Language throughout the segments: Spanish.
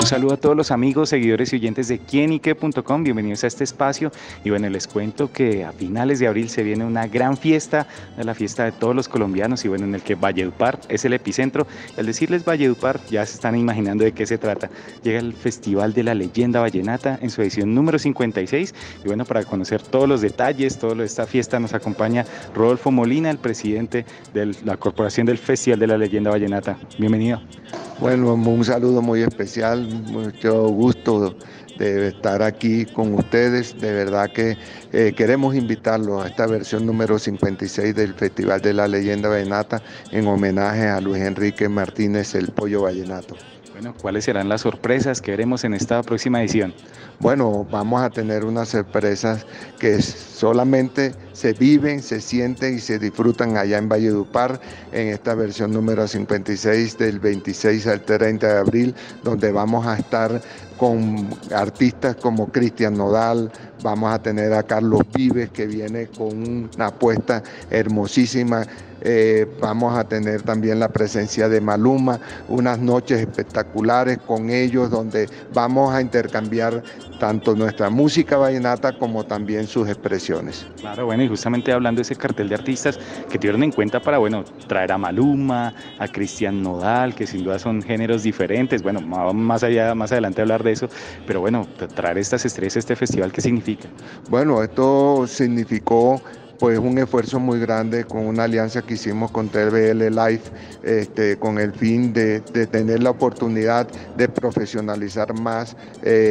saludo a todos los amigos, seguidores y oyentes de quienique.com, bienvenidos a este espacio. Y bueno, les cuento que a finales de abril se viene una gran fiesta, la fiesta de todos los colombianos, y bueno, en el que Valledupar es el epicentro. Al decirles Valledupar, ya se están imaginando de qué se trata. Llega el Festival de la Leyenda Vallenata en su edición número 56, y bueno, para conocer todos los detalles, todo lo de esta fiesta, nos acompaña Rodolfo Molina, el presidente de la Corporación del Festival de la Leyenda Vallenata. Bienvenido. Bueno, un saludo muy especial, mucho gusto de estar aquí con ustedes. De verdad que queremos invitarlos a esta versión número 56 del Festival de la Leyenda Vallenata en homenaje a Luis Enrique Martínez, el Pollo Vallenato. Bueno, ¿cuáles serán las sorpresas que veremos en esta próxima edición? Bueno, vamos a tener unas sorpresas que solamente se viven, se sienten y se disfrutan allá en Valledupar en esta versión número 56 del 26 al 30 de abril, donde vamos a estar con artistas como Cristian Nodal, vamos a tener a Carlos Vives, que viene con una apuesta hermosísima. Vamos a tener también la presencia de Maluma, unas noches espectaculares con ellos donde vamos a intercambiar tanto nuestra música vallenata como también sus expresiones. Claro, bueno, y justamente hablando de ese cartel de artistas que tuvieron en cuenta para, bueno, traer a Maluma, a Cristian Nodal, que sin duda son géneros diferentes, bueno, más adelante hablar de eso, pero bueno, traer estas estrellas a este festival, ¿qué significa? Bueno, esto significó pues un esfuerzo muy grande con una alianza que hicimos con TVL Live, con el fin de tener la oportunidad de profesionalizar más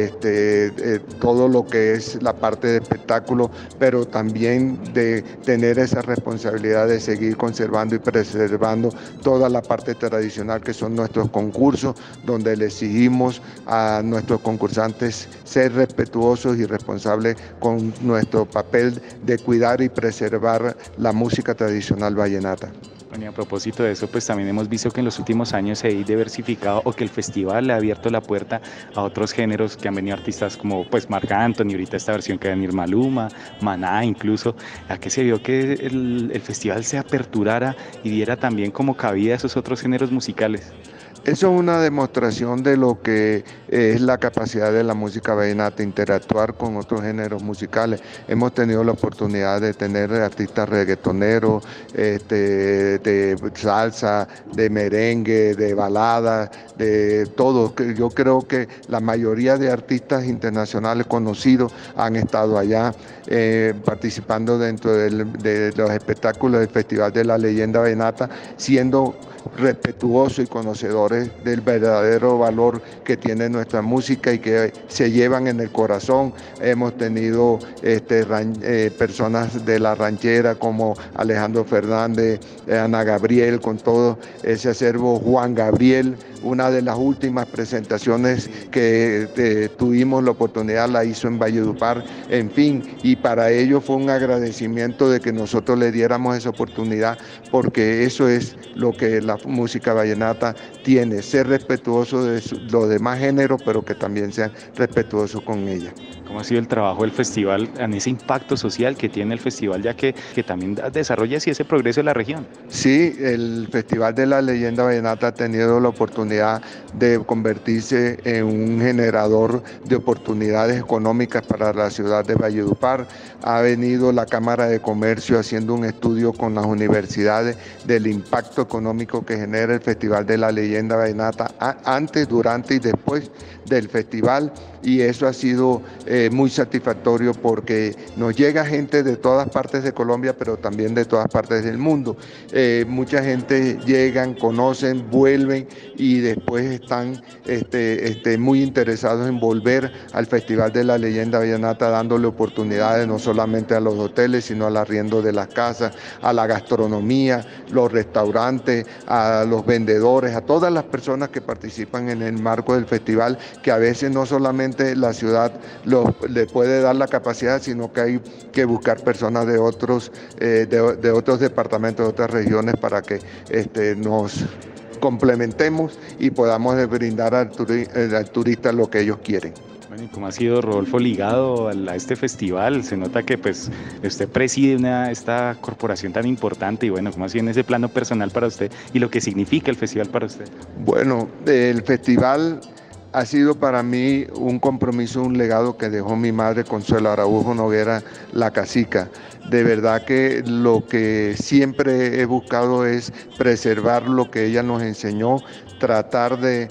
todo lo que es la parte de espectáculo, pero también de tener esa responsabilidad de seguir conservando y preservando toda la parte tradicional que son nuestros concursos, donde le exigimos a nuestros concursantes ser respetuosos y responsables con nuestro papel de cuidar y preservar la música tradicional vallenata. Bueno, y a propósito de eso, pues también hemos visto que en los últimos años se ha diversificado o que el festival le ha abierto la puerta a otros géneros que han venido artistas como pues Marc Anthony, ahorita esta versión que va a venir Maluma, Maná incluso, a que se vio que el festival se aperturara y diera también como cabida a esos otros géneros musicales. Eso es una demostración de lo que es la capacidad de la música vallenata, interactuar con otros géneros musicales. Hemos tenido la oportunidad de tener artistas reggaetoneros, de salsa, de merengue, de balada, de todo. Yo creo que la mayoría de artistas internacionales conocidos han estado allá participando dentro de los espectáculos del Festival de la Leyenda Vallenata, siendo respetuosos y conocedores del verdadero valor que tiene nuestra música y que se llevan en el corazón. Hemos tenido personas de la ranchera como Alejandro Fernández, Ana Gabriel, con todo ese acervo, Juan Gabriel. Una de las últimas presentaciones que tuvimos la oportunidad la hizo en Valledupar, en fin, y para ello fue un agradecimiento de que nosotros le diéramos esa oportunidad, porque eso es lo que la música vallenata tiene, ser respetuoso de los demás géneros, pero que también sean respetuosos con ella. ¿Cómo ha sido el trabajo del festival en ese impacto social que tiene el festival, ya que también desarrolla así ese progreso de la región? Sí, el Festival de la Leyenda Vallenata ha tenido la oportunidad de convertirse en un generador de oportunidades económicas para la ciudad de Valledupar. Ha venido la Cámara de Comercio haciendo un estudio con las universidades del impacto económico que genera el Festival de la Leyenda Vallenata antes, durante y después del festival, y eso ha sido muy satisfactorio porque nos llega gente de todas partes de Colombia, pero también de todas partes del mundo. Mucha gente llegan, conocen, vuelven y después están muy interesados en volver al Festival de la Leyenda Vallenata, dándole oportunidades no solamente a los hoteles, sino al arriendo de las casas, a la gastronomía, los restaurantes, a los vendedores, a todas las personas que participan en el marco del festival, que a veces no solamente la ciudad le puede dar la capacidad, sino que hay que buscar personas de otros departamentos, de otras regiones, para que nos complementemos y podamos brindar al turista lo que ellos quieren. Bueno, ¿y cómo ha sido, Rodolfo, ligado a este festival? Se nota que pues usted preside esta corporación tan importante, y bueno, ¿cómo ha sido en ese plano personal para usted y lo que significa el festival para usted? Bueno, el festival ha sido para mí un compromiso, un legado que dejó mi madre Consuelo Araujo Noguera, la cacica. De verdad que lo que siempre he buscado es preservar lo que ella nos enseñó, tratar de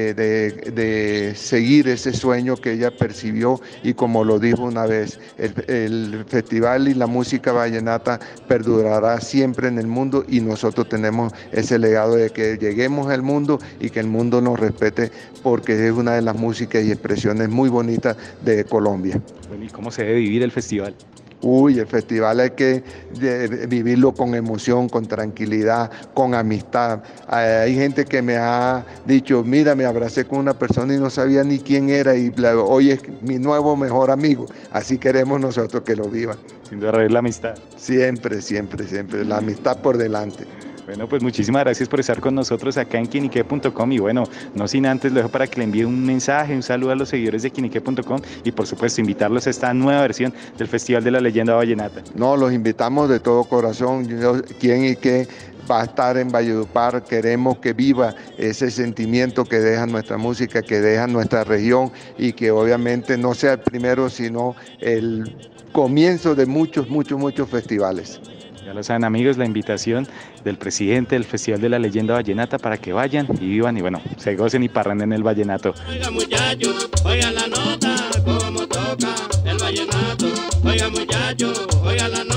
seguir ese sueño que ella percibió, y como lo dijo una vez, el festival y la música vallenata perdurará siempre en el mundo, y nosotros tenemos ese legado de que lleguemos al mundo y que el mundo nos respete, porque es una de las músicas y expresiones muy bonitas de Colombia. Bueno, ¿y cómo se debe vivir el festival? Uy, el festival hay que vivirlo con emoción, con tranquilidad, con amistad. Hay gente que me ha dicho, mira, me abracé con una persona y no sabía ni quién era, y hoy es mi nuevo mejor amigo. Así queremos nosotros que lo vivan. Sin duda, la amistad. Siempre, siempre, siempre. La amistad por delante. Bueno, pues muchísimas gracias por estar con nosotros acá en quienique.com, y bueno, no sin antes lo dejo para que le envíe un mensaje, un saludo a los seguidores de quienique.com, y por supuesto invitarlos a esta nueva versión del Festival de la Leyenda Vallenata. No, los invitamos de todo corazón. Quienique va a estar en Valledupar. Queremos que viva ese sentimiento que deja nuestra música, que deja nuestra región, y que obviamente no sea el primero, sino el comienzo de muchos, muchos, muchos festivales. Ya lo saben, amigos, la invitación del presidente del Festival de la Leyenda Vallenata para que vayan y vivan y bueno, se gocen y parranden el vallenato. Oiga muchachos, oiga la nota, como toca el vallenato. Oiga muchachos, oiga la nota.